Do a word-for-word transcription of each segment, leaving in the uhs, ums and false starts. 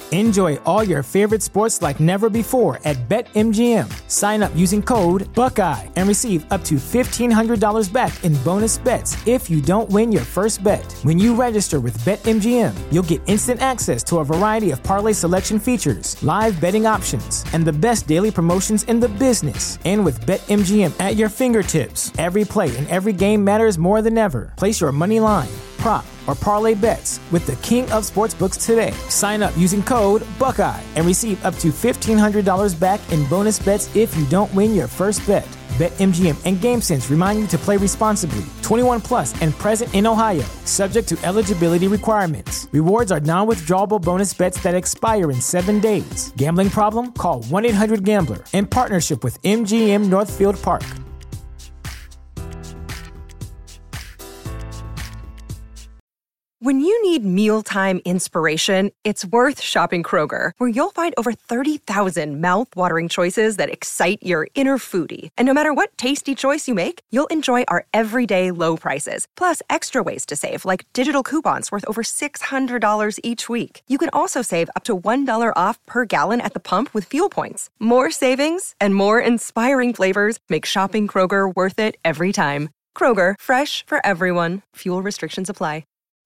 Enjoy all your favorite sports like never before at BetMGM. Sign up using code Buckeye and receive up to fifteen hundred dollars back in bonus bets if you don't win your first bet. When you register with BetMGM, you'll get instant access to a variety of parlay selection features, live betting options, and the best daily promotions in the business. And with BetMGM at your fingertips, every play and every game matters more than ever. Place your money line, prop, or parlay bets with the king of sportsbooks today. Sign up using code Buckeye and receive up to fifteen hundred dollars back in bonus bets if you don't win your first bet. BetMGM and GameSense remind you to play responsibly. twenty-one plus and present in Ohio, subject to eligibility requirements. Rewards are non-withdrawable bonus bets that expire in seven days. Gambling problem? Call one eight hundred gambler in partnership with M G M Northfield Park. When you need mealtime inspiration, it's worth shopping Kroger, where you'll find over thirty thousand mouth-watering choices that excite your inner foodie. And no matter what tasty choice you make, you'll enjoy our everyday low prices, plus extra ways to save, like digital coupons worth over six hundred dollars each week. You can also save up to one dollar off per gallon at the pump with fuel points. More savings and more inspiring flavors make shopping Kroger worth it every time. Kroger, fresh for everyone. Fuel restrictions apply.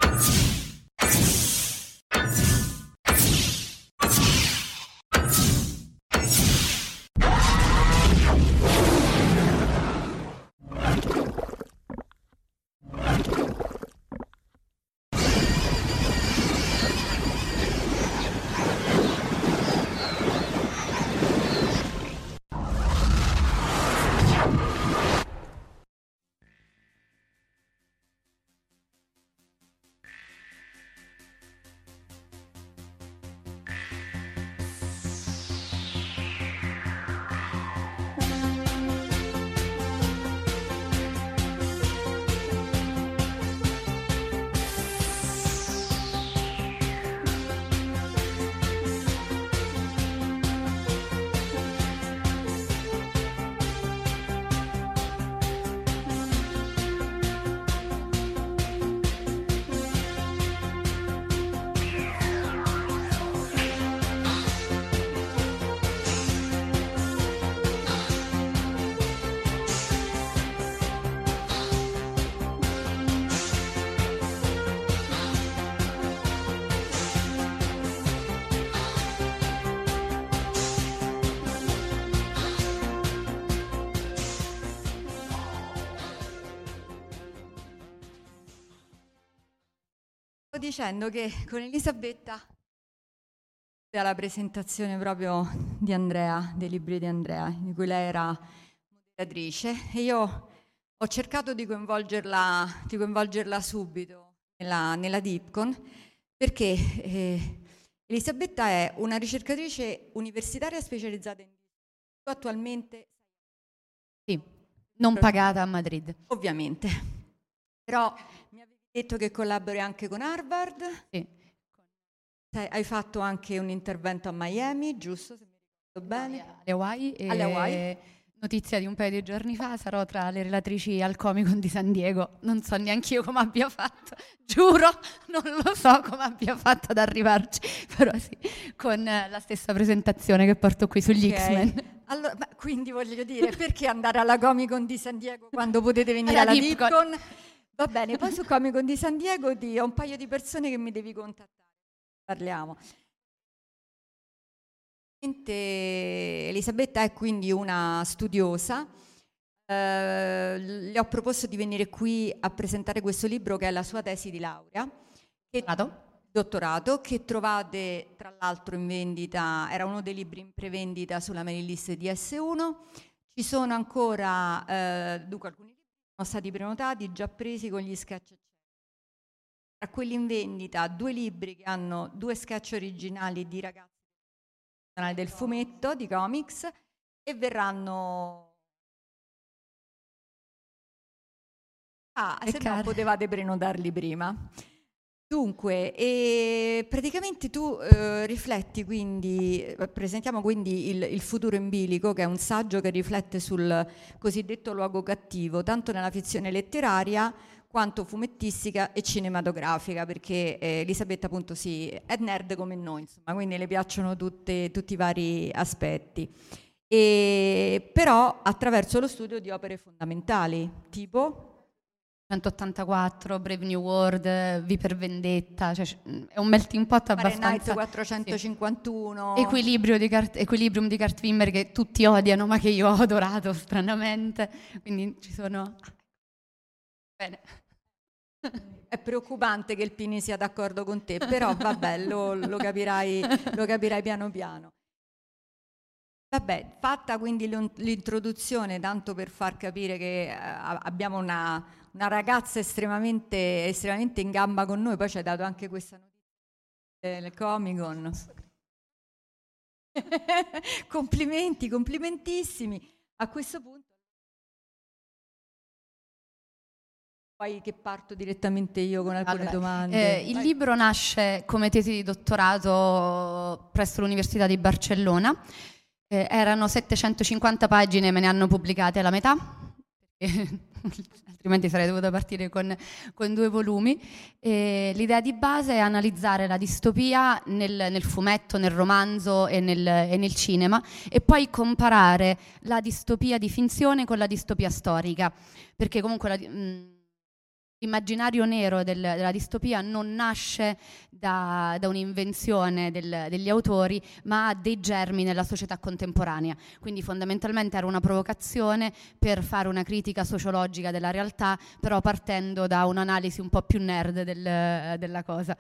Dicendo che con Elisabetta la presentazione proprio di Andrea, dei libri di Andrea, di cui lei era moderatrice, e io ho cercato di coinvolgerla, di coinvolgerla subito nella, nella Dipcon, perché eh, Elisabetta è una ricercatrice universitaria specializzata in attualmente sì, non pagata a Madrid, ovviamente, però mi aveva detto che collabori anche con Harvard. Sì. Hai fatto anche un intervento a Miami, giusto? Se mi ricordo bene. Alle Hawaii. E alle Hawaii. Notizia di un paio di giorni fa, sarò tra le relatrici al Comic Con di San Diego. Non so neanche io come abbia fatto, giuro, non lo so come abbia fatto ad arrivarci, però sì, con la stessa presentazione che porto qui sugli okay. X-Men. Allora, beh, quindi voglio dire, perché andare alla Comic Con di San Diego quando potete venire alla, alla Dipcon? Dipcon? Va bene, poi su Comic Con di San Diego ti ho un paio di persone che mi devi contattare. Parliamo. Elisabetta è quindi una studiosa. Eh, le ho proposto di venire qui a presentare questo libro che è la sua tesi di laurea. Che, dottorato. dottorato, che trovate tra l'altro in vendita, era uno dei libri in prevendita sulla mailing list di S uno. Ci sono ancora, eh, dunque alcuni libri sono stati prenotati, già presi con gli sketch. Tra quelli in vendita, due libri che hanno due sketch originali di ragazzi del fumetto, di comics, e verranno... Ah, se no potevate prenotarli prima. Dunque, e praticamente tu eh, rifletti quindi, presentiamo quindi il, il futuro in bilico, che è un saggio che riflette sul cosiddetto luogo cattivo, tanto nella fizione letteraria quanto fumettistica e cinematografica, perché eh, Elisabetta appunto sì, è nerd come noi, insomma, quindi le piacciono tutte, tutti i vari aspetti. E, però attraverso lo studio di opere fondamentali, tipo centottantaquattro, Brave New World, V per Vendetta, cioè è un melting pot abbastanza... Fahrenheit quattrocentocinquantuno. Sì. Equilibrium di Kurt, Equilibrium di Kurt Wimmer, che tutti odiano, ma che io ho adorato stranamente, quindi ci sono... Bene. È preoccupante che il Pini sia d'accordo con te, però vabbè, lo, lo, capirai, lo capirai piano piano. Vabbè, fatta quindi l'introduzione, tanto per far capire che eh, abbiamo una, una ragazza estremamente, estremamente in gamba con noi, poi ci hai dato anche questa notizia del Comic Con. Complimenti, complimentissimi. A questo punto poi che parto direttamente io con alcune allora, domande. Eh, il libro nasce come tesi di dottorato presso l'Università di Barcellona. Eh, erano settecentocinquanta pagine, me ne hanno pubblicate la metà, altrimenti sarei dovuta partire con, con due volumi. E l'idea di base è analizzare la distopia nel, nel fumetto, nel romanzo e nel, e nel cinema, e poi comparare la distopia di finzione con la distopia storica, perché comunque la, mh, l'immaginario nero del, della distopia non nasce da, da un'invenzione del, degli autori, ma ha dei germi nella società contemporanea. Quindi fondamentalmente era una provocazione per fare una critica sociologica della realtà, però partendo da un'analisi un po' più nerd del, della cosa.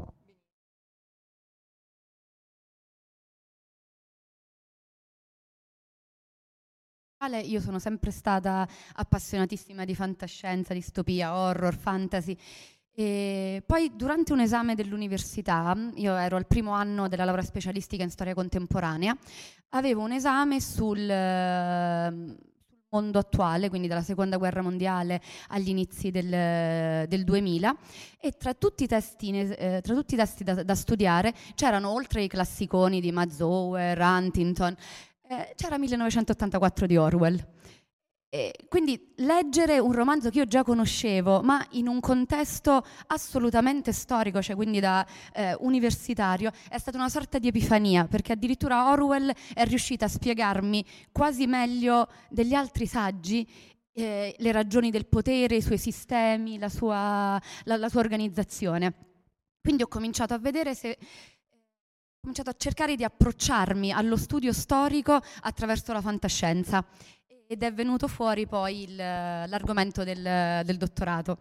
Io sono sempre stata appassionatissima di fantascienza, distopia, horror, fantasy. E poi durante un esame dell'università, io ero al primo anno della laurea specialistica in storia contemporanea, avevo un esame sul, sul mondo attuale, quindi dalla seconda guerra mondiale agli inizi del, del duemila, e tra tutti i testi, eh, tra tutti i testi da, da studiare c'erano, oltre ai classiconi di Mazower, Huntington, Eh, c'era millenovecentottantaquattro di Orwell. E quindi leggere un romanzo che io già conoscevo, ma in un contesto assolutamente storico, cioè quindi da eh, universitario, è stata una sorta di epifania, perché addirittura Orwell è riuscita a spiegarmi quasi meglio degli altri saggi eh, le ragioni del potere, i suoi sistemi, la sua, la, la sua organizzazione. Quindi ho cominciato a vedere se... ho cominciato a cercare di approcciarmi allo studio storico attraverso la fantascienza, ed è venuto fuori poi il, l'argomento del, del dottorato.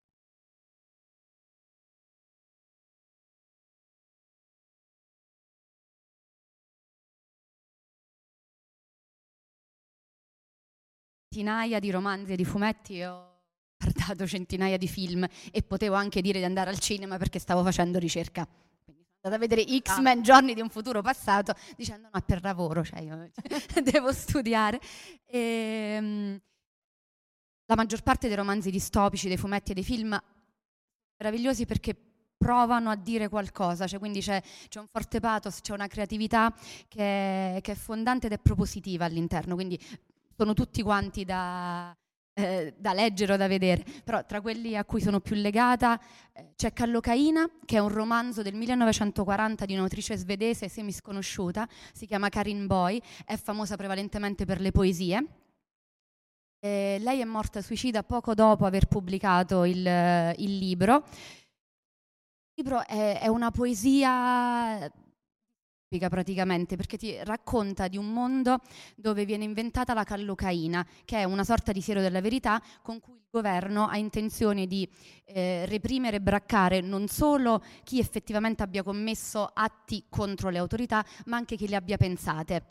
Centinaia di romanzi e di fumetti, ho guardato centinaia di film e potevo anche dire di andare al cinema perché stavo facendo ricerca. Da vedere X-Men, Giorni di un futuro passato, dicendo no, è per lavoro, cioè io devo studiare. E, um, la maggior parte dei romanzi distopici, dei fumetti e dei film meravigliosi perché provano a dire qualcosa, cioè quindi c'è, c'è un forte pathos, c'è una creatività che è, che è fondante ed è propositiva all'interno, quindi sono tutti quanti da... Eh, da leggere o da vedere, però tra quelli a cui sono più legata eh, c'è Kallocaina, che è un romanzo del millenovecentoquaranta di un'autrice svedese semisconosciuta, si chiama Karin Boye, è famosa prevalentemente per le poesie. Eh, lei è morta suicida poco dopo aver pubblicato il, il libro. Il libro è, è una poesia praticamente, perché ti racconta di un mondo dove viene inventata la callocaina, che è una sorta di siero della verità con cui il governo ha intenzione di eh, reprimere e braccare non solo chi effettivamente abbia commesso atti contro le autorità, ma anche chi le abbia pensate.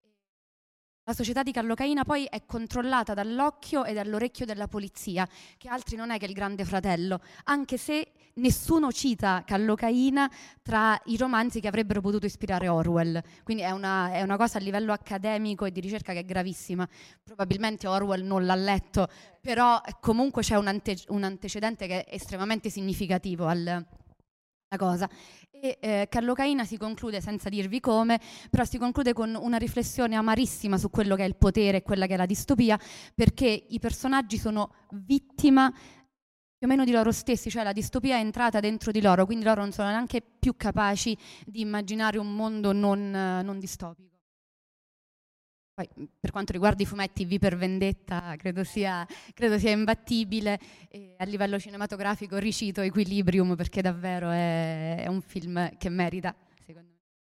La società di Kallocaina poi è controllata dall'occhio e dall'orecchio della polizia, che altri non è che il Grande Fratello, anche se nessuno cita Kallocaina tra i romanzi che avrebbero potuto ispirare Orwell. Quindi è una, è una cosa a livello accademico e di ricerca che è gravissima. Probabilmente Orwell non l'ha letto, però comunque c'è un, ante, un antecedente che è estremamente significativo al... la cosa. E eh, Kallocaina si conclude, senza dirvi come, però si conclude con una riflessione amarissima su quello che è il potere e quella che è la distopia, perché i personaggi sono vittima più o meno di loro stessi, cioè la distopia è entrata dentro di loro, quindi loro non sono neanche più capaci di immaginare un mondo non, non distopico. Poi, per quanto riguarda i fumetti, V per Vendetta credo sia, credo sia imbattibile, e a livello cinematografico ricito Equilibrium perché davvero è, è un film che merita, secondo me.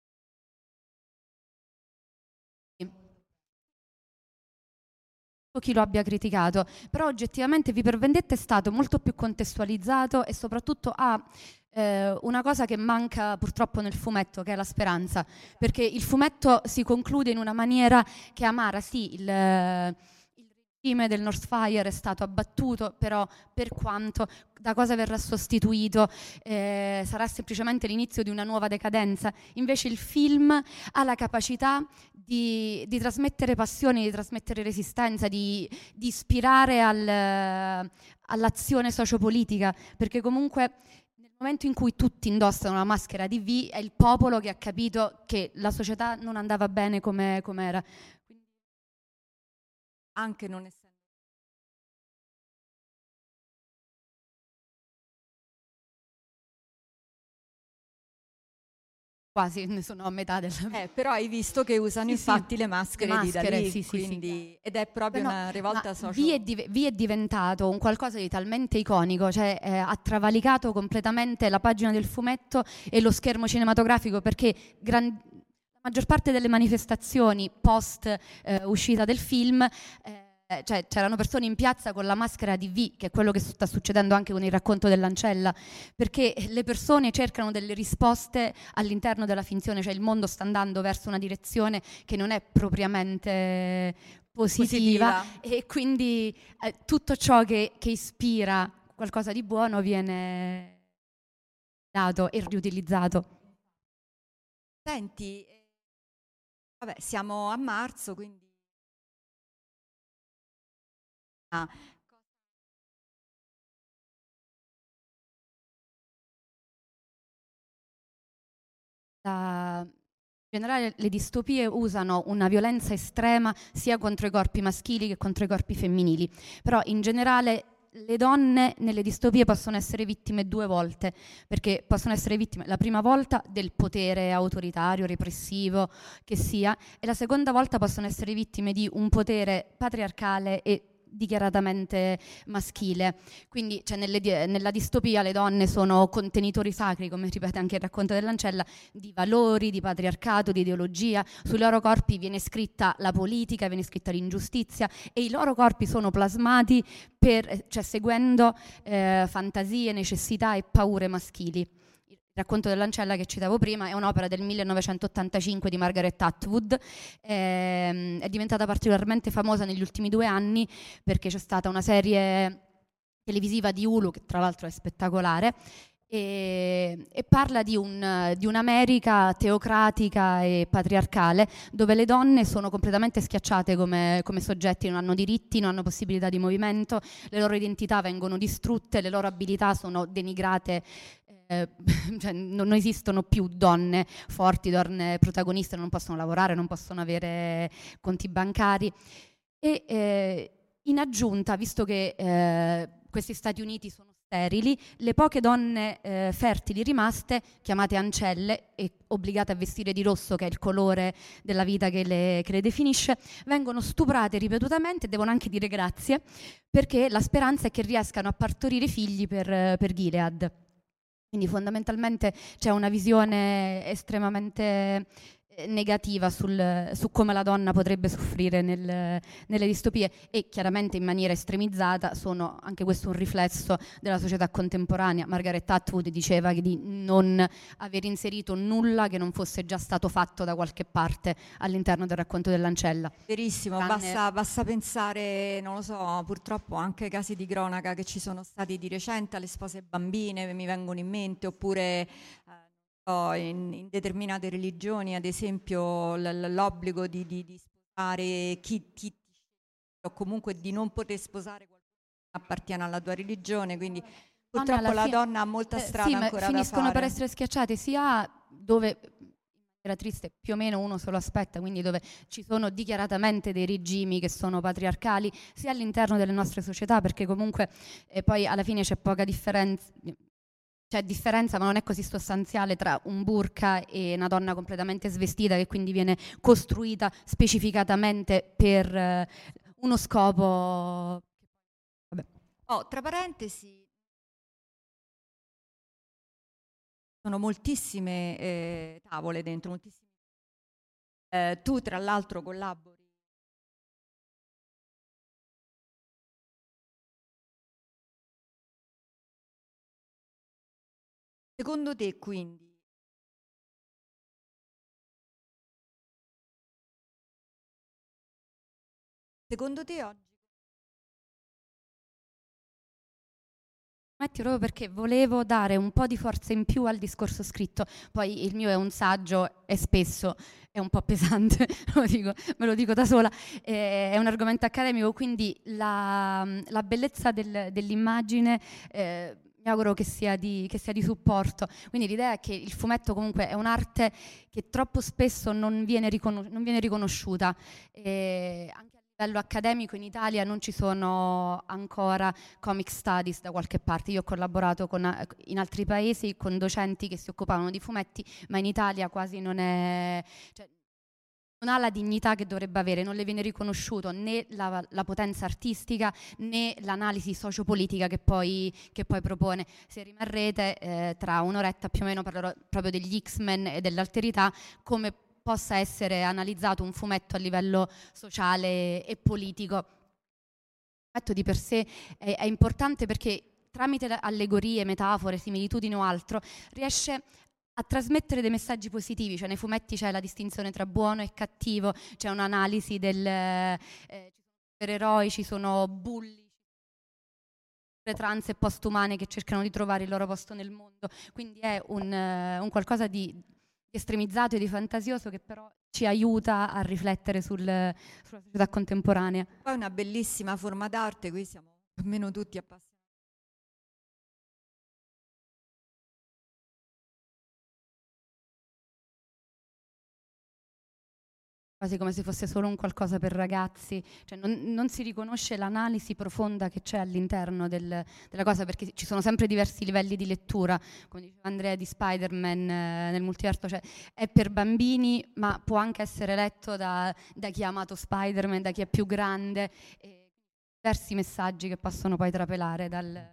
Chi lo abbia criticato, però oggettivamente V per Vendetta è stato molto più contestualizzato e soprattutto ha eh, una cosa che manca purtroppo nel fumetto, che è la speranza, perché il fumetto si conclude in una maniera che è amara. Sì, il, il regime del Northfire è stato abbattuto, però per quanto, da cosa verrà sostituito, eh, sarà semplicemente l'inizio di una nuova decadenza. Invece il film ha la capacità di, di trasmettere passione, di trasmettere resistenza, di, di ispirare al, all'azione sociopolitica, perché comunque nel momento in cui tutti indossano la maschera di V è il popolo che ha capito che la società non andava bene come era. Anche non essendo quasi, ne sono a metà del... Eh, però hai visto che usano sì, infatti sì, le maschere, le maschere di da lì, sì, sì, quindi, sì. ed è proprio no, una rivolta social. V è, div- V è diventato un qualcosa di talmente iconico, cioè eh, ha travalicato completamente la pagina del fumetto e lo schermo cinematografico, perché gran- la maggior parte delle manifestazioni post eh, uscita del film eh, cioè c'erano persone in piazza con la maschera di V, che è quello che sta succedendo anche con il racconto dell'ancella, perché le persone cercano delle risposte all'interno della finzione, cioè il mondo sta andando verso una direzione che non è propriamente positiva, positiva. E quindi eh, tutto ciò che, che ispira qualcosa di buono viene dato e riutilizzato. Senti, vabbè, siamo a marzo, quindi Ah. In generale le distopie usano una violenza estrema sia contro i corpi maschili che contro i corpi femminili, però in generale le donne nelle distopie possono essere vittime due volte, perché possono essere vittime la prima volta del potere autoritario, repressivo che sia, e la seconda volta possono essere vittime di un potere patriarcale e dichiaratamente maschile. Quindi cioè, nelle, nella distopia le donne sono contenitori sacri, come ripete anche il racconto dell'ancella, di valori, di patriarcato, di ideologia. Sui loro corpi viene scritta la politica, viene scritta l'ingiustizia, e i loro corpi sono plasmati per, cioè, seguendo eh, fantasie, necessità e paure maschili. Il racconto dell'ancella che citavo prima è un'opera del millenovecentottantacinque di Margaret Atwood, ehm, è diventata particolarmente famosa negli ultimi due anni perché c'è stata una serie televisiva di Hulu che tra l'altro è spettacolare e, e parla di, un, di un'America teocratica e patriarcale dove le donne sono completamente schiacciate come, come soggetti, non hanno diritti, non hanno possibilità di movimento, le loro identità vengono distrutte, le loro abilità sono denigrate. Eh, cioè, non esistono più donne forti, donne protagoniste, non possono lavorare, non possono avere conti bancari e eh, in aggiunta, visto che eh, questi Stati Uniti sono sterili, le poche donne eh, fertili rimaste, chiamate ancelle e obbligate a vestire di rosso, che è il colore della vita che le, che le definisce, vengono stuprate ripetutamente e devono anche dire grazie, perché la speranza è che riescano a partorire figli per, per Gilead. Quindi fondamentalmente c'è una visione estremamente negativa sul, su come la donna potrebbe soffrire nel, nelle distopie e chiaramente in maniera estremizzata sono anche questo un riflesso della società contemporanea. Margaret Atwood diceva di non aver inserito nulla che non fosse già stato fatto da qualche parte all'interno del racconto dell'ancella. Verissimo, Tranne... basta, basta pensare, non lo so, purtroppo anche ai casi di cronaca che ci sono stati di recente alle spose bambine, mi vengono in mente, oppure eh, In, in determinate religioni, ad esempio l- l'obbligo di, di, di sposare chi, chi o comunque di non poter sposare qualcuno che appartiene alla tua religione, quindi purtroppo la fine, donna ha molta strada eh, sì, ancora da fare. Finiscono per essere schiacciate sia dove era triste, più o meno uno se lo aspetta, quindi dove ci sono dichiaratamente dei regimi che sono patriarcali, sia all'interno delle nostre società, perché comunque eh, poi alla fine c'è poca differenza, c'è differenza ma non è così sostanziale tra un burqa e una donna completamente svestita che quindi viene costruita specificatamente per eh, uno scopo. Vabbè. Oh, tra parentesi, sono moltissime eh, tavole dentro, moltissime. Eh, tu tra l'altro collabori. Secondo te quindi secondo te oggi Metti proprio perché volevo dare un po' di forza in più al discorso scritto. Poi il mio è un saggio e spesso è un po' pesante, lo dico, me lo dico da sola, eh, è un argomento accademico, quindi la, la bellezza del, dell'immagine eh, mi auguro che sia, di, che sia di supporto. Quindi l'idea è che il fumetto comunque è un'arte che troppo spesso non viene, riconos- non viene riconosciuta. E anche a livello accademico in Italia non ci sono ancora comic studies da qualche parte. Io ho collaborato con, in altri paesi con docenti che si occupavano di fumetti, ma in Italia quasi non è... Cioè, non ha la dignità che dovrebbe avere, non le viene riconosciuto né la, la potenza artistica né l'analisi sociopolitica che poi, che poi propone. Se rimarrete, eh, tra un'oretta più o meno parlerò proprio degli X-Men e dell'alterità, come possa essere analizzato un fumetto a livello sociale e politico. Il fumetto di per sé è, è importante perché tramite allegorie, metafore, similitudini o altro riesce a trasmettere dei messaggi positivi. Cioè nei fumetti c'è la distinzione tra buono e cattivo, c'è un'analisi del eh, ci sono supereroi, ci sono bulli, trans e postumane che cercano di trovare il loro posto nel mondo, quindi è un, uh, un qualcosa di, di estremizzato e di fantasioso che però ci aiuta a riflettere sul, sulla società contemporanea. poi è una bellissima forma d'arte, qui siamo più o meno tutti appassionati. Quasi come se fosse solo un qualcosa per ragazzi, cioè non, non si riconosce l'analisi profonda che c'è all'interno del, della cosa, perché ci sono sempre diversi livelli di lettura, come diceva Andrea di Spider-Man eh, nel multiverso, cioè è per bambini ma può anche essere letto da, da chi ha amato Spider-Man, da chi è più grande, e diversi messaggi che possono poi trapelare dal...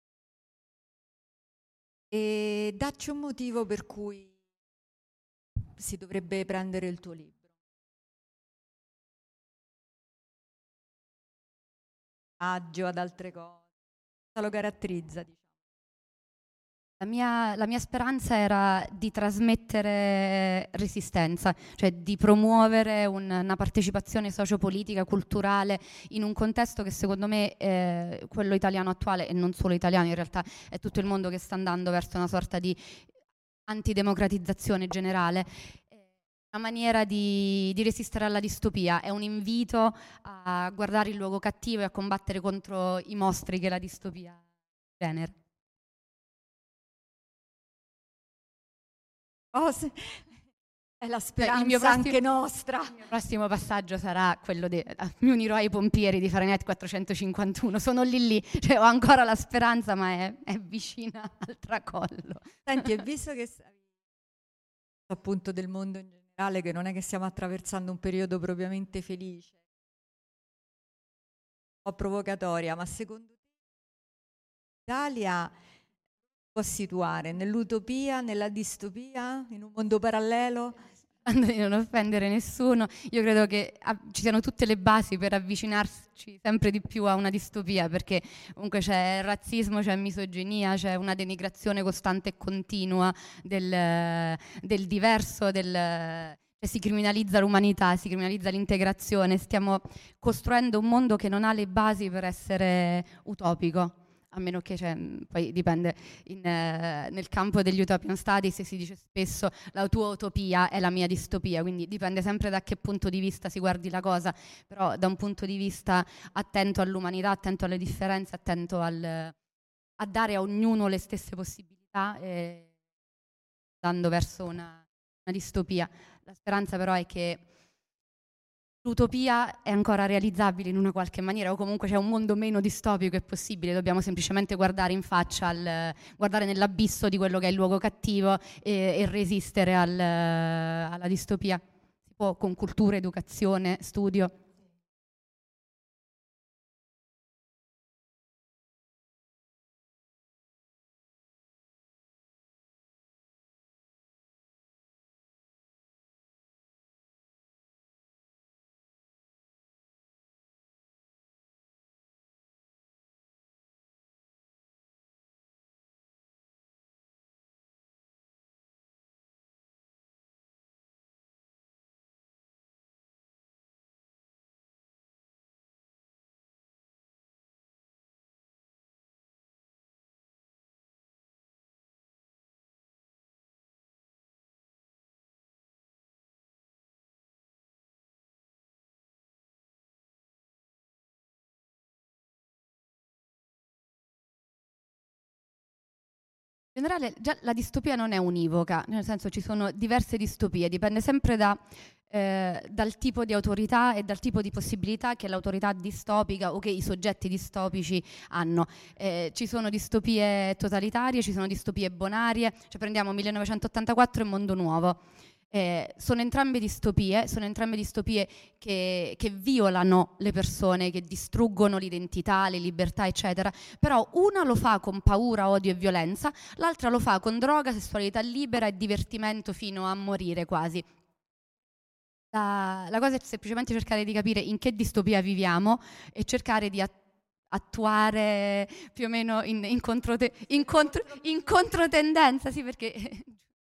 E dacci un motivo per cui si dovrebbe prendere il tuo libro. Agio ad altre cose. Cosa lo caratterizza, diciamo? La mia, la mia speranza era di trasmettere resistenza, cioè di promuovere un, una partecipazione sociopolitica, culturale, in un contesto che secondo me è quello italiano attuale, e non solo italiano, in realtà è tutto il mondo che sta andando verso una sorta di antidemocratizzazione generale. Una maniera di, di resistere alla distopia, è un invito a guardare il luogo cattivo e a combattere contro i mostri che la distopia genera. Oh, se... È la speranza il mio prossimo, anche nostra. Il mio prossimo passaggio sarà quello di... Mi unirò ai pompieri di Fahrenheit quattrocentocinquantuno, sono lì lì, cioè ho ancora la speranza ma è, è vicina al tracollo. Senti, e visto che appunto del mondo in generale, che non è che stiamo attraversando un periodo propriamente felice, o provocatoria, ma secondo te l'Italia può situare nell'utopia, nella distopia, in un mondo parallelo? Di non offendere nessuno, io credo che ah, ci siano tutte le basi per avvicinarci sempre di più a una distopia, perché comunque c'è razzismo, c'è misoginia, c'è una denigrazione costante e continua del, del diverso, del, cioè si criminalizza l'umanità, si criminalizza l'integrazione, stiamo costruendo un mondo che non ha le basi per essere utopico. A meno che, cioè, poi dipende, in, eh, nel campo degli utopian studies si dice spesso la tua utopia è la mia distopia, quindi dipende sempre da che punto di vista si guardi la cosa, però da un punto di vista attento all'umanità, attento alle differenze, attento al, a dare a ognuno le stesse possibilità, e andando verso una, una una distopia. La speranza però è che l'utopia è ancora realizzabile in una qualche maniera, o comunque c'è un mondo meno distopico è possibile, dobbiamo semplicemente guardare in faccia, al, guardare nell'abisso di quello che è il luogo cattivo e, e resistere al, alla distopia. Si può con cultura, educazione, studio. In generale già la distopia non è univoca, nel senso ci sono diverse distopie, dipende sempre da, eh, dal tipo di autorità e dal tipo di possibilità che l'autorità distopica o che i soggetti distopici hanno. Eh, ci sono distopie totalitarie, ci sono distopie bonarie, cioè prendiamo millenovecentottantaquattro e Mondo Nuovo. Eh, sono entrambe distopie, sono entrambe distopie che, che violano le persone, che distruggono l'identità, le libertà, eccetera, però una lo fa con paura, odio e violenza, l'altra lo fa con droga, sessualità libera e divertimento fino a morire quasi. La, la cosa è semplicemente cercare di capire in che distopia viviamo e cercare di attuare attuare più o meno in, in, controte, in, contro, in controtendenza, sì, perché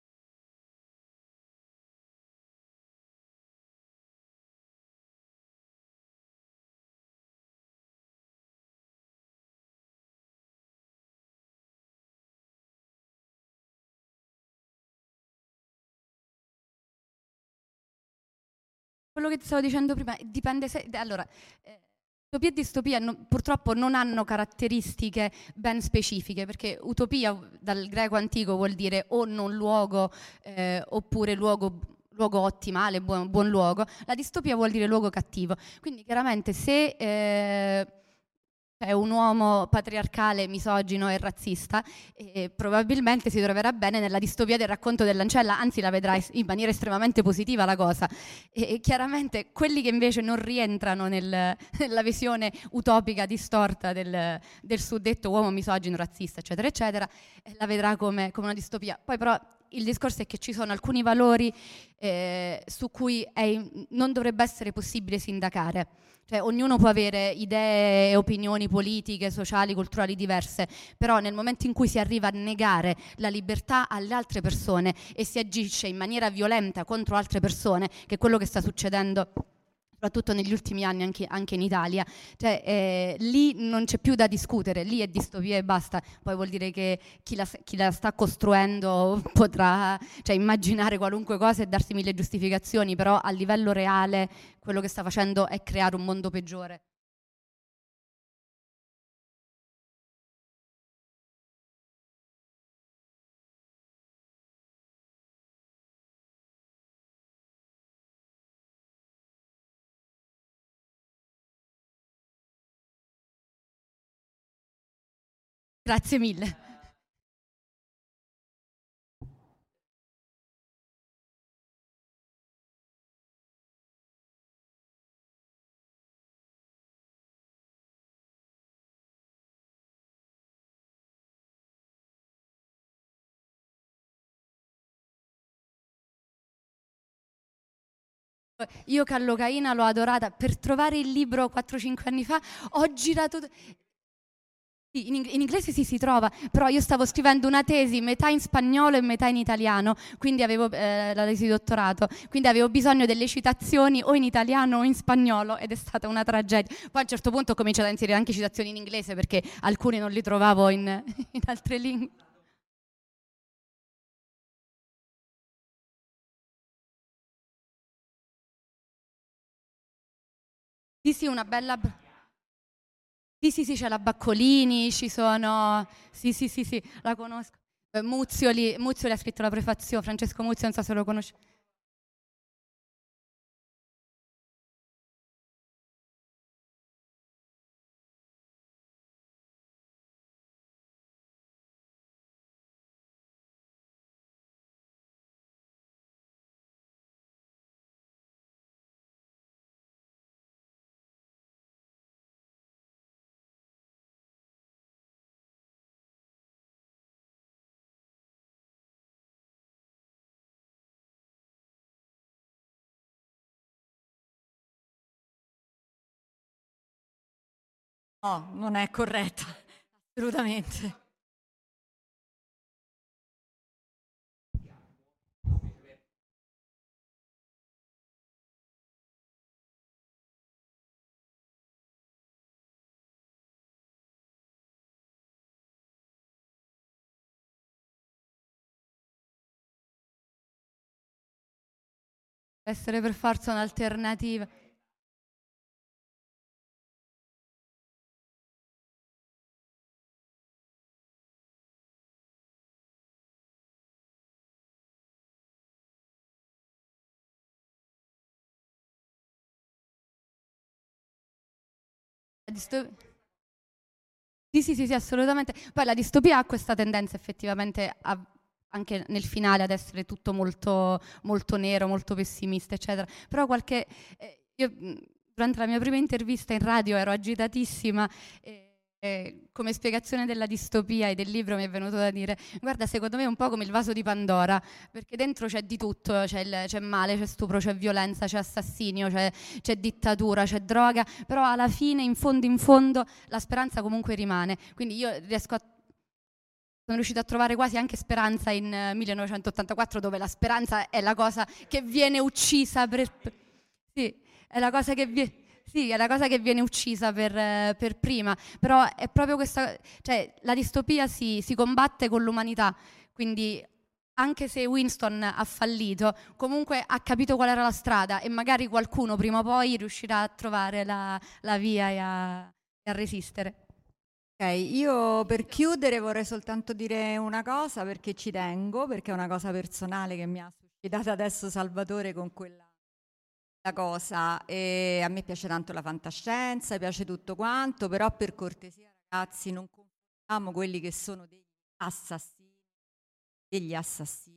quello che ti stavo dicendo prima dipende se allora eh, utopia e distopia no, purtroppo non hanno caratteristiche ben specifiche, perché utopia dal greco antico vuol dire o non luogo eh, oppure luogo, luogo ottimale, buon, buon luogo. La distopia vuol dire luogo cattivo. Quindi chiaramente se eh, è un uomo patriarcale, misogino e razzista, e probabilmente si troverà bene nella distopia del racconto dell'ancella, anzi la vedrà in maniera estremamente positiva la cosa. E, e chiaramente quelli che invece non rientrano nel, nella visione utopica distorta del, del suddetto uomo misogino, razzista, eccetera, eccetera, eh, la vedrà come, come una distopia. Poi però il discorso è che ci sono alcuni valori eh, su cui è, non dovrebbe essere possibile sindacare. Cioè, ognuno può avere idee e opinioni politiche, sociali, culturali diverse, però nel momento in cui si arriva a negare la libertà alle altre persone e si agisce in maniera violenta contro altre persone, che è quello che sta succedendo soprattutto negli ultimi anni anche, anche in Italia, cioè, eh, lì non c'è più da discutere, lì è distopia e basta. Poi vuol dire che chi la, chi la sta costruendo potrà, cioè, immaginare qualunque cosa e darsi mille giustificazioni, però a livello reale quello che sta facendo è creare un mondo peggiore. Grazie mille. Io Callocaina l'ho adorata. Per trovare il libro quattro cinque anni fa ho girato... Sì, in, in inglese sì, si trova, però io stavo scrivendo una tesi metà in spagnolo e metà in italiano, quindi avevo eh, la tesi di dottorato, quindi avevo bisogno delle citazioni o in italiano o in spagnolo ed è stata una tragedia. Poi a un certo punto ho cominciato a inserire anche citazioni in inglese perché alcuni non li trovavo in, in altre lingue. Sì, sì, una bella... Sì, sì, sì, c'è la Baccolini, ci sono... Sì, sì, sì, sì, la conosco. Eh, Muzioli, Muzioli ha scritto la prefazione, Francesco Muzio, non so se lo conosci. No, non è corretta, assolutamente. Deve essere per forza un'alternativa. La disto- Sì, sì, sì, sì, assolutamente. Poi la distopia ha questa tendenza effettivamente a- anche nel finale ad essere tutto molto, molto nero, molto pessimista, eccetera. Però qualche... eh, io mh, durante la mia prima intervista in radio ero agitatissima e, e come spiegazione della distopia e del libro mi è venuto da dire: guarda, secondo me è un po' come il vaso di Pandora, perché dentro c'è di tutto, c'è, il- c'è male, c'è stupro, c'è violenza, c'è assassinio, c'è, c'è dittatura, c'è droga, però alla fine, in fondo in fondo, la speranza comunque rimane. Quindi io riesco a sono riuscita a trovare quasi anche speranza in eh, millenovecentottantaquattro, dove la speranza è la cosa che viene uccisa per... per- Sì, è la cosa che viene... Sì, è la cosa che viene uccisa per, eh, per prima, però è proprio questa, cioè la distopia si, si combatte con l'umanità, quindi anche se Winston ha fallito, comunque ha capito qual era la strada e magari qualcuno prima o poi riuscirà a trovare la, la via e a, e a resistere. Ok, io per chiudere vorrei soltanto dire una cosa perché ci tengo, perché è una cosa personale che mi ha suscitato adesso Salvatore con quella la cosa. E a me piace tanto la fantascienza, piace tutto quanto, però per cortesia ragazzi non confondiamo quelli che sono degli assassini, degli assassini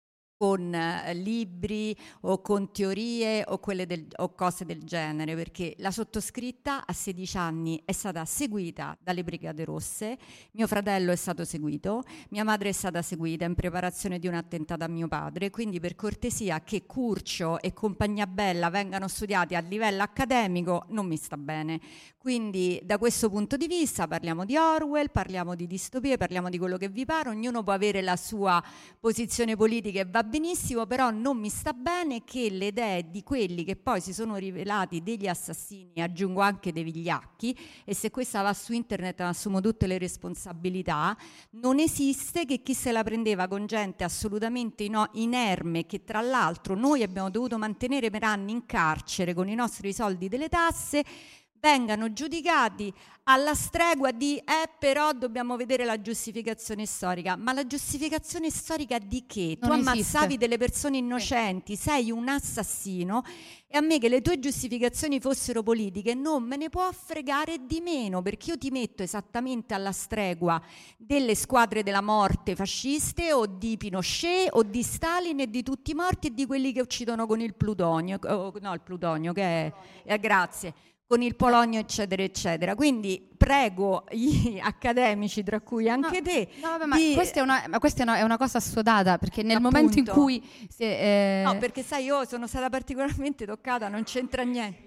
con eh, libri o con teorie o, quelle del- o cose del genere, perché la sottoscritta a sedici anni è stata seguita dalle Brigate Rosse, mio fratello è stato seguito, mia madre è stata seguita in preparazione di un attentato a mio padre, quindi per cortesia che Curcio e compagnia bella vengano studiati a livello accademico non mi sta bene. Quindi da questo punto di vista parliamo di Orwell, parliamo di distopie, parliamo di quello che vi pare, ognuno può avere la sua posizione politica e va benissimo, però non mi sta bene che le idee di quelli che poi si sono rivelati degli assassini, aggiungo anche dei vigliacchi, e se questa va su internet ne assumo tutte le responsabilità, non esiste, che chi se la prendeva con gente assolutamente no, inerme, che tra l'altro noi abbiamo dovuto mantenere per anni in carcere con i nostri soldi delle tasse, vengano giudicati alla stregua di eh però dobbiamo vedere la giustificazione storica. Ma la giustificazione storica di che? Non tu esiste. ammazzavi delle persone innocenti, sei un assassino, e a me che le tue giustificazioni fossero politiche non me ne può fregare di meno, perché io ti metto esattamente alla stregua delle squadre della morte fasciste o di Pinochet o di Stalin e di tutti i morti e di quelli che uccidono con il plutonio, oh, no il plutonio che è, eh, grazie, con il polonio eccetera eccetera. Quindi prego gli accademici, tra cui anche No, te, no, vabbè, ma di... questa è una, ma questa è una, è una cosa assodata, perché nel Appunto. momento in cui si è, eh, No, perché sai, io sono stata particolarmente toccata, non c'entra niente.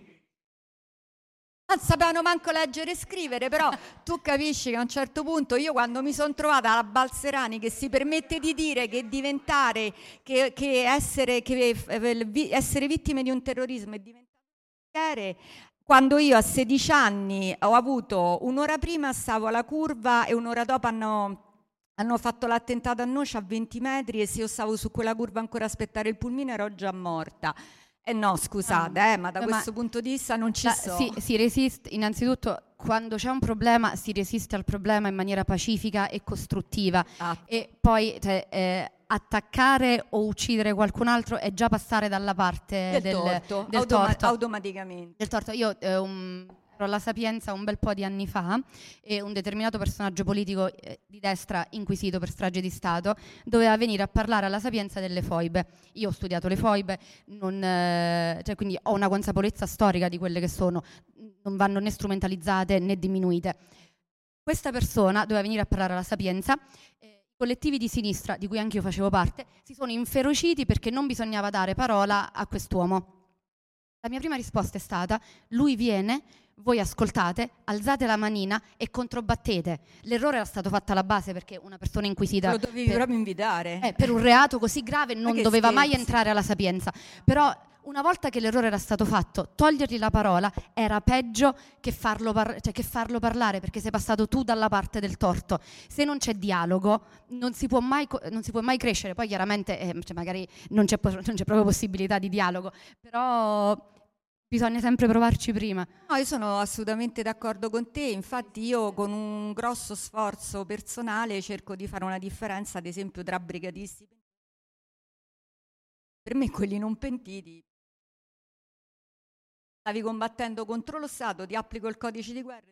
Non sapevano manco leggere e scrivere, però tu capisci che a un certo punto io quando mi sono trovata alla Balserani che si permette di dire che diventare, che, che essere, che eh, vi- essere vittime di un terrorismo è diventare... Quando io a sedici anni ho avuto un'ora prima stavo alla curva e un'ora dopo hanno, hanno fatto l'attentato a Noce a venti metri, e se io stavo su quella curva ancora a aspettare il pulmino ero già morta. E no, scusate, eh, ma da Beh, questo ma punto di vista non ci la- so. si, si resiste, innanzitutto, quando c'è un problema si resiste al problema in maniera pacifica e costruttiva. Ah, E poi cioè, eh, attaccare o uccidere qualcun altro è già passare dalla parte del, del, torto, del automa- torto. automaticamente. Del torto. Io eh, un- ero alla Sapienza un bel po' di anni fa e un determinato personaggio politico eh, di destra inquisito per strage di Stato doveva venire a parlare alla Sapienza delle foibe. Io ho studiato le foibe, non, eh, cioè, quindi ho una consapevolezza storica di quelle che sono, non vanno né strumentalizzate né diminuite. Questa persona doveva venire a parlare alla Sapienza. eh, I collettivi di sinistra, di cui anche io facevo parte, si sono inferociti perché non bisognava dare parola a quest'uomo. La mia prima risposta è stata: lui viene, voi ascoltate, alzate la manina e controbattete. L'errore era stato fatto alla base, perché una persona inquisita Lo dovevi per, proprio invitare. eh, per un reato così grave non che doveva scherzi. mai entrare alla Sapienza. Però una volta che l'errore era stato fatto, togliergli la parola era peggio che farlo, par- cioè che farlo parlare, perché sei passato tu dalla parte del torto. Se non c'è dialogo non si può mai, co- non si può mai crescere. Poi chiaramente eh, cioè magari non c'è, po- non c'è proprio possibilità di dialogo, però bisogna sempre provarci prima. No, io sono assolutamente d'accordo con te, infatti io con un grosso sforzo personale cerco di fare una differenza, ad esempio, tra brigatisti. Per me quelli non pentiti. Stavi combattendo contro lo Stato, ti applico il codice di guerra.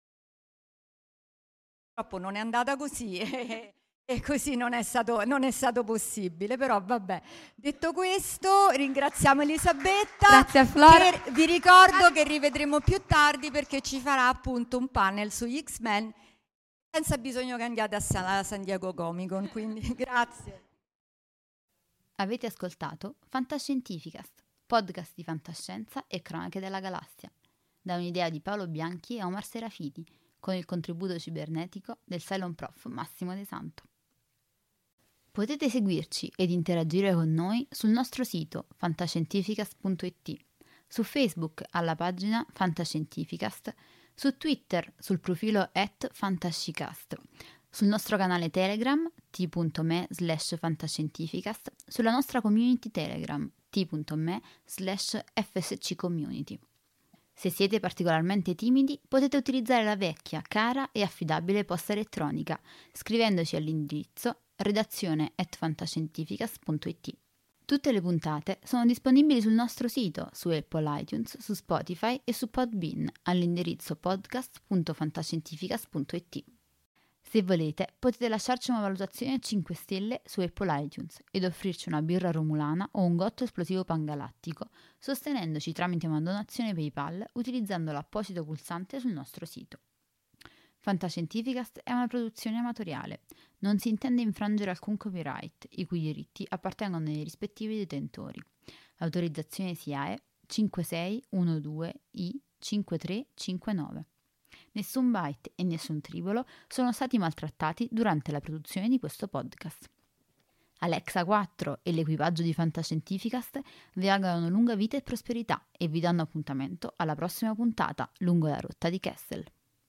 Purtroppo non è andata così e, e così non è, stato, non è stato possibile, però vabbè. Detto questo, ringraziamo Elisabetta. Grazie a Flora. Che vi ricordo che rivedremo più tardi perché ci farà appunto un panel su X-Men senza bisogno che andiate a San, a San Diego Comic Con, quindi grazie. Avete ascoltato Fantascientificast, podcast di fantascienza e cronache della galassia, da un'idea di Paolo Bianchi e Omar Serafiti, con il contributo cibernetico del Cylon Prof Massimo De Santo. Potete seguirci ed interagire con noi sul nostro sito fantascientificast punto it, su Facebook alla pagina Fantascientificast, su Twitter sul profilo at fantascicast, sul nostro canale Telegram t.me slash fantascientificast, sulla nostra community Telegram t.me slash fsccommunity. Se siete particolarmente timidi, potete utilizzare la vecchia, cara e affidabile posta elettronica, scrivendoci all'indirizzo redazione at fantascientificast punto it. Tutte le puntate sono disponibili sul nostro sito, su Apple iTunes, su Spotify e su Podbean, all'indirizzo podcast punto fantascientificast punto it. Se volete, potete lasciarci una valutazione a cinque stelle su Apple iTunes ed offrirci una birra romulana o un gotto esplosivo pangalattico, sostenendoci tramite una donazione PayPal utilizzando l'apposito pulsante sul nostro sito. Fantascientificast è una produzione amatoriale. Non si intende infrangere alcun copyright, i cui diritti appartengono ai rispettivi detentori. L'autorizzazione S I A E cinque sei uno due I cinque tre cinque nove. Nessun byte e nessun tribolo sono stati maltrattati durante la produzione di questo podcast. Alexa quattro e l'equipaggio di Fantascientificast vi augurano lunga vita e prosperità e vi danno appuntamento alla prossima puntata lungo la rotta di Kessel.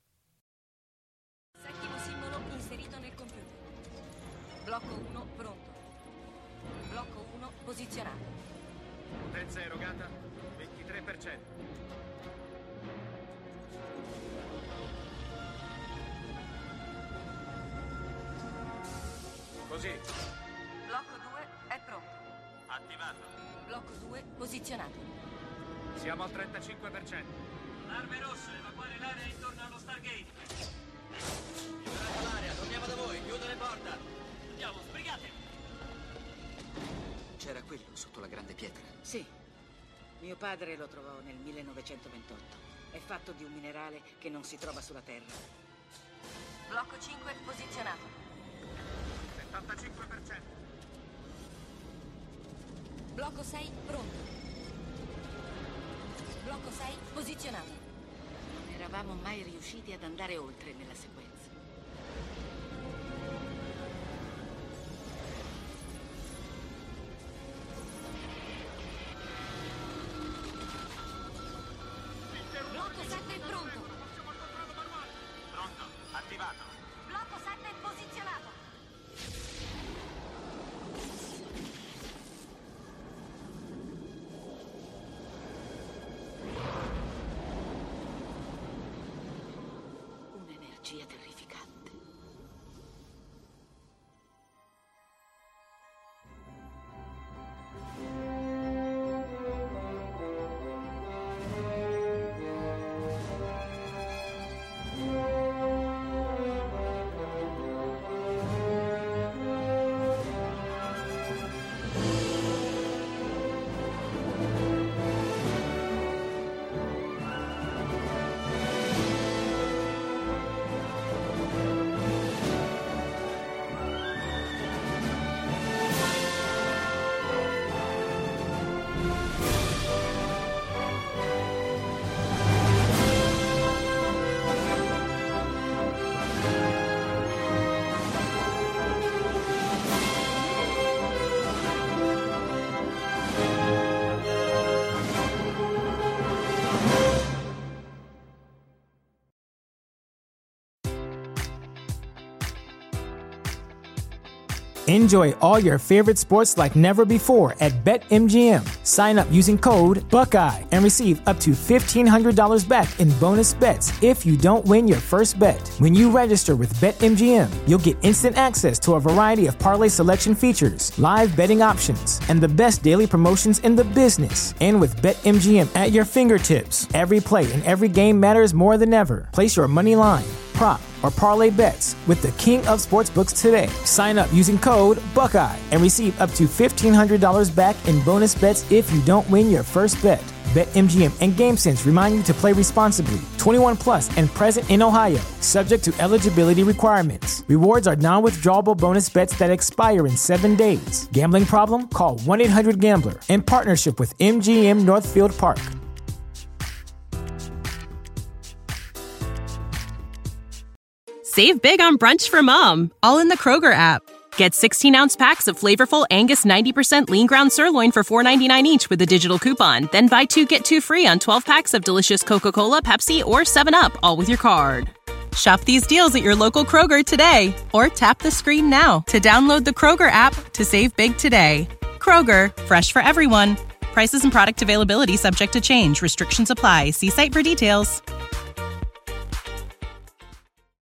Settimo simbolo inserito nel computer. Blocco uno pronto. Blocco uno posizionato. Potenza erogata ventitré per cento. Così. Blocco due è pronto. Attivato. Blocco due posizionato. Siamo al trentacinque per cento. Arme rosse, evacuare l'area intorno allo Stargate. Liberate l'area, torniamo da voi, chiudo le porte. Andiamo, sbrigate. C'era quello sotto la grande pietra. Sì. Mio padre lo trovò nel millenovecentoventotto. È fatto di un minerale che non si trova sulla Terra. Blocco cinque posizionato. settantacinque per cento. Blocco sei pronto. Blocco sei posizionato. Non eravamo mai riusciti ad andare oltre nella sequenza. Blocco sette pronto. Pronto, attivato. Blocco sette posizionato. Un'energia terrificante. Enjoy all your favorite sports like never before at BetMGM. Sign up using code Buckeye and receive up to fifteen hundred dollars back in bonus bets if you don't win your first bet. When you register with BetMGM, you'll get instant access to a variety of parlay selection features, live betting options, and the best daily promotions in the business. And with BetMGM at your fingertips, every play and every game matters more than ever. Place your money line, prop, or parlay bets with the king of sportsbooks today. Sign up using code Buckeye and receive up to fifteen hundred dollars back in bonus bets if you don't win your first bet. BetMGM and GameSense remind you to play responsibly. twenty-one plus and present in Ohio, subject to eligibility requirements. Rewards are non-withdrawable bonus bets that expire in seven days. Gambling problem? Call one eight hundred gambler in partnership with M G M Northfield Park. Save big on brunch for mom, all in the Kroger app. Get sixteen-ounce packs of flavorful Angus ninety percent lean ground sirloin for four ninety-nine each with a digital coupon. Then buy two, get two free on twelve packs of delicious Coca-Cola, Pepsi, or seven up, all with your card. Shop these deals at your local Kroger today, or tap the screen now to download the Kroger app to save big today. Kroger, fresh for everyone. Prices and product availability subject to change. Restrictions apply. See site for details.